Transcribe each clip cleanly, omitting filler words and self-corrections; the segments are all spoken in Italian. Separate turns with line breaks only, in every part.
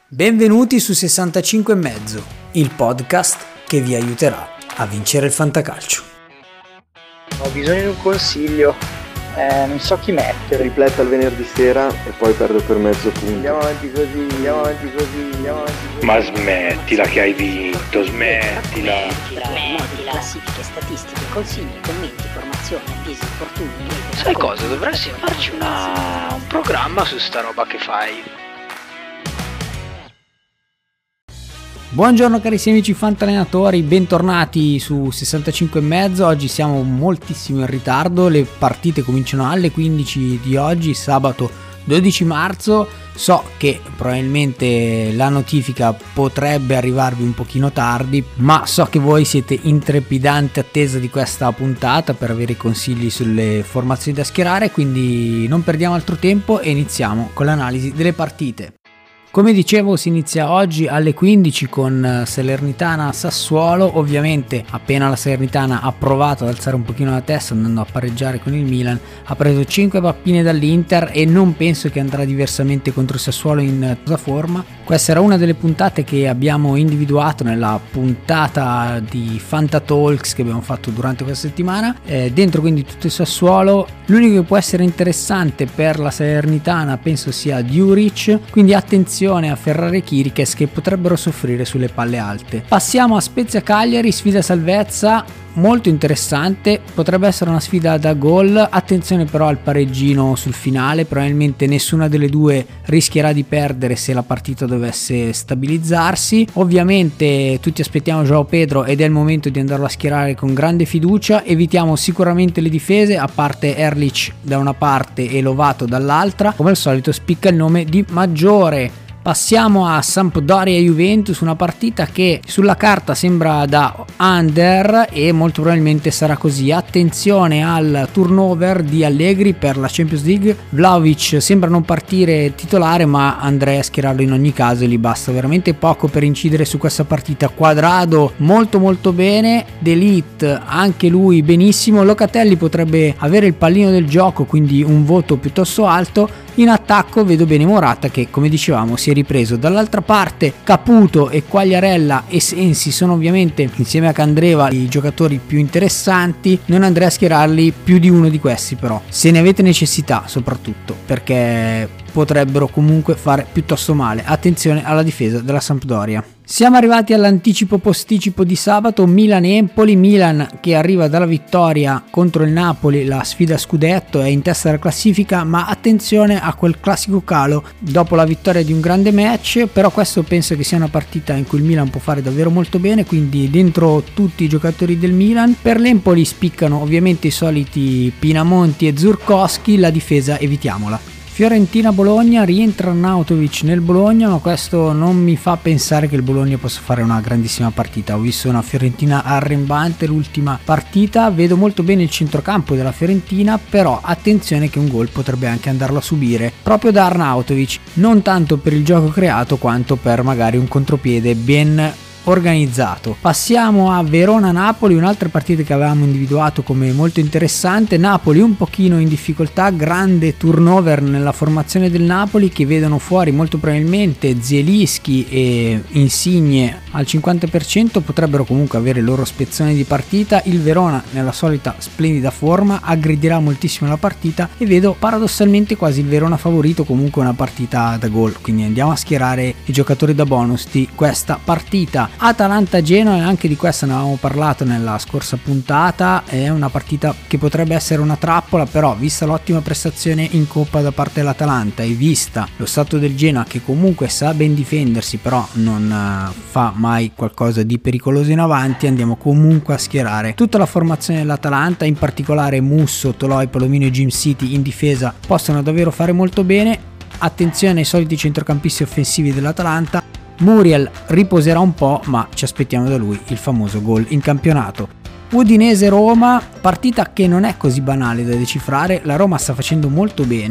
Benvenuti su 65 e mezzo, il podcast che vi aiuterà a vincere il fantacalcio.
Ho bisogno di un consiglio, non so chi mettere.
Ripletta il venerdì sera e poi perdo per mezzo punto.
Andiamo avanti così.
Ma smettila che hai vinto, smettila.
Classifiche, statistiche, consigli, commenti, formazione, avvisi, infortuni.
Sai cosa? Dovresti farci un programma su sta roba che fai.
Buongiorno carissimi amici fantallenatori, bentornati su 65 e mezzo. Oggi siamo moltissimo in ritardo, le partite cominciano alle 15 di oggi, sabato 12 marzo. So che probabilmente la notifica potrebbe arrivarvi un pochino tardi, ma so che voi siete in trepidante attesa di questa puntata per avere i consigli sulle formazioni da schierare, quindi non perdiamo altro tempo e iniziamo con l'analisi delle partite. Come dicevo, si inizia oggi alle 15 con Salernitana Sassuolo. Ovviamente appena la Salernitana ha provato ad alzare un pochino la testa andando a pareggiare con il Milan, ha preso 5 pappine dall'Inter e non penso che andrà diversamente contro il Sassuolo in forma. Questa era una delle puntate che abbiamo individuato nella puntata di Fantatalks che abbiamo fatto durante questa settimana, dentro quindi tutto il Sassuolo. L'unico che può essere interessante per la Salernitana penso sia Djuric, quindi attenzione a Ferrari e Chiriches che potrebbero soffrire sulle palle alte. Passiamo a Spezia Cagliari, sfida salvezza molto interessante, potrebbe essere una sfida da gol. Attenzione però al pareggino sul finale, probabilmente nessuna delle due rischierà di perdere se la partita dovesse stabilizzarsi. Ovviamente tutti aspettiamo João Pedro ed è il momento di andarlo a schierare con grande fiducia. Evitiamo sicuramente le difese, a parte Erlich da una parte e Lovato dall'altra. Come al solito spicca il nome di Maggiore. Passiamo a Sampdoria Juventus, una partita che sulla carta sembra da under e molto probabilmente sarà così. Attenzione al turnover di Allegri per la Champions League. Vlahovic sembra non partire titolare, ma andrei a schierarlo in ogni caso e gli basta veramente poco per incidere su questa partita. Quadrado molto bene, De Ligt anche lui benissimo. Locatelli potrebbe avere il pallino del gioco, quindi un voto piuttosto alto. In attacco vedo bene Morata che, come dicevamo, si è ripreso. Dall'altra parte Caputo e Quagliarella e Sensi sono ovviamente, insieme a Candreva, i giocatori più interessanti. Non andrei a schierarli più di uno di questi però, se ne avete necessità, soprattutto perché potrebbero comunque fare piuttosto male. Attenzione alla difesa della Sampdoria. Siamo arrivati all'anticipo posticipo di sabato, Milan-Empoli. Milan che arriva dalla vittoria contro il Napoli, la sfida scudetto, è in testa alla classifica, ma attenzione a quel classico calo dopo la vittoria di un grande match. Però questo penso che sia una partita in cui il Milan può fare davvero molto bene, quindi dentro tutti i giocatori del Milan. Per l'Empoli spiccano ovviamente i soliti Pinamonti e Zurkowski, la difesa evitiamola. Fiorentina-Bologna, rientra Arnautovic nel Bologna, ma questo non mi fa pensare che il Bologna possa fare una grandissima partita. Ho visto una Fiorentina arrembante l'ultima partita, vedo molto bene il centrocampo della Fiorentina, però attenzione che un gol potrebbe anche andarlo a subire proprio da Arnautovic, non tanto per il gioco creato quanto per magari un contropiede ben organizzato. Passiamo a Verona-Napoli, un'altra partita che avevamo individuato come molto interessante. Napoli un pochino in difficoltà, grande turnover nella formazione del Napoli che vedono fuori molto probabilmente Zielinski e Insigne al 50%, potrebbero comunque avere il loro spezzone di partita. Il Verona nella solita splendida forma aggredirà moltissimo la partita e vedo paradossalmente quasi il Verona favorito, comunque una partita da gol, quindi andiamo a schierare i giocatori da bonus di questa partita. Atalanta-Genoa, anche di questa ne avevamo parlato nella scorsa puntata, è una partita che potrebbe essere una trappola, però vista l'ottima prestazione in Coppa da parte dell'Atalanta e vista lo stato del Genoa che comunque sa ben difendersi però non fa mai qualcosa di pericoloso in avanti, andiamo comunque a schierare tutta la formazione dell'Atalanta, in particolare Musso, Toloi, Palomino e Jim City in difesa possono davvero fare molto bene. Attenzione ai soliti centrocampisti offensivi dell'Atalanta. Muriel riposerà un po', ma ci aspettiamo da lui il famoso gol in campionato. Udinese-Roma, partita che non è così banale da decifrare. La Roma sta facendo molto bene,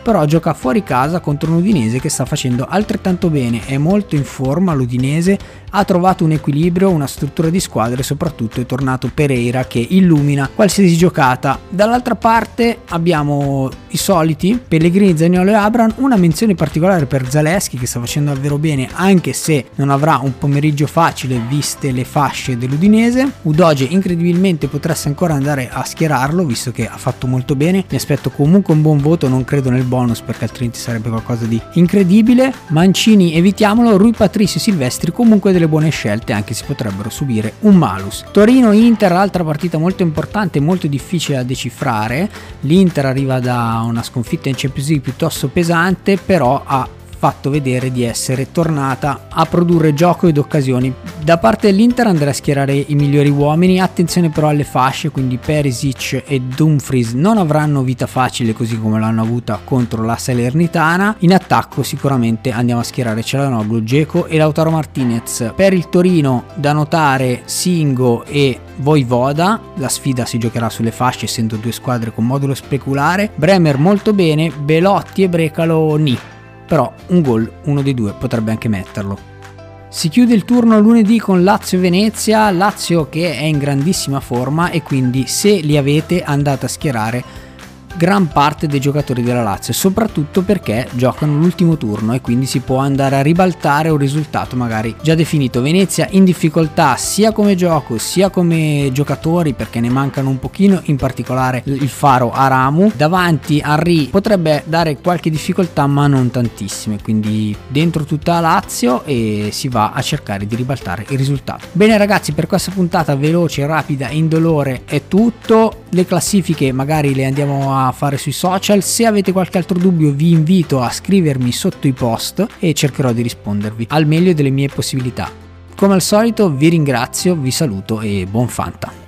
però gioca fuori casa contro un Udinese che sta facendo altrettanto bene, è molto in forma l'Udinese, ha trovato un equilibrio, una struttura di squadra e soprattutto è tornato Pereira che illumina qualsiasi giocata. Dall'altra parte abbiamo i soliti Pellegrini, Zaniolo e Abraham, una menzione particolare per Zalewski che sta facendo davvero bene anche se non avrà un pomeriggio facile viste le fasce dell'Udinese. Udogie incredibilmente potreste ancora andare a schierarlo visto che ha fatto molto bene, mi aspetto comunque un buon voto, non credo nel bonus perché altrimenti sarebbe qualcosa di incredibile. Mancini evitiamolo, Rui Patricio e Silvestri comunque delle buone scelte anche se potrebbero subire un malus. Torino-Inter, altra partita molto importante, molto difficile da decifrare. L'Inter arriva da una sconfitta in Champions League piuttosto pesante, però ha fatto vedere di essere tornata a produrre gioco ed occasioni. Da parte dell'Inter andrà a schierare i migliori uomini, attenzione però alle fasce, quindi Perisic e Dumfries non avranno vita facile così come l'hanno avuta contro la Salernitana. In attacco sicuramente andiamo a schierare Çalhanoğlu, Dzeko e Lautaro Martinez. Per il Torino da notare Singo e Vojvoda, la sfida si giocherà sulle fasce essendo due squadre con modulo speculare. Bremer molto bene, Belotti e Brecalo nì, però un gol uno dei due potrebbe anche metterlo. Si chiude il turno lunedì con Lazio e Venezia, Lazio che è in grandissima forma e quindi se li avete andate a schierare gran parte dei giocatori della Lazio, soprattutto perché giocano l'ultimo turno e quindi si può andare a ribaltare un risultato magari già definito. Venezia in difficoltà sia come gioco sia come giocatori perché ne mancano un pochino, in particolare il faro Aramu. Davanti Henry potrebbe dare qualche difficoltà ma non tantissime, quindi dentro tutta la Lazio e si va a cercare di ribaltare il risultato. Bene ragazzi, per questa puntata veloce, rapida e indolore è tutto. Le classifiche magari le andiamo a fare sui social, se avete qualche altro dubbio vi invito a scrivermi sotto i post e cercherò di rispondervi al meglio delle mie possibilità. Come al solito vi ringrazio, vi saluto e buon Fanta.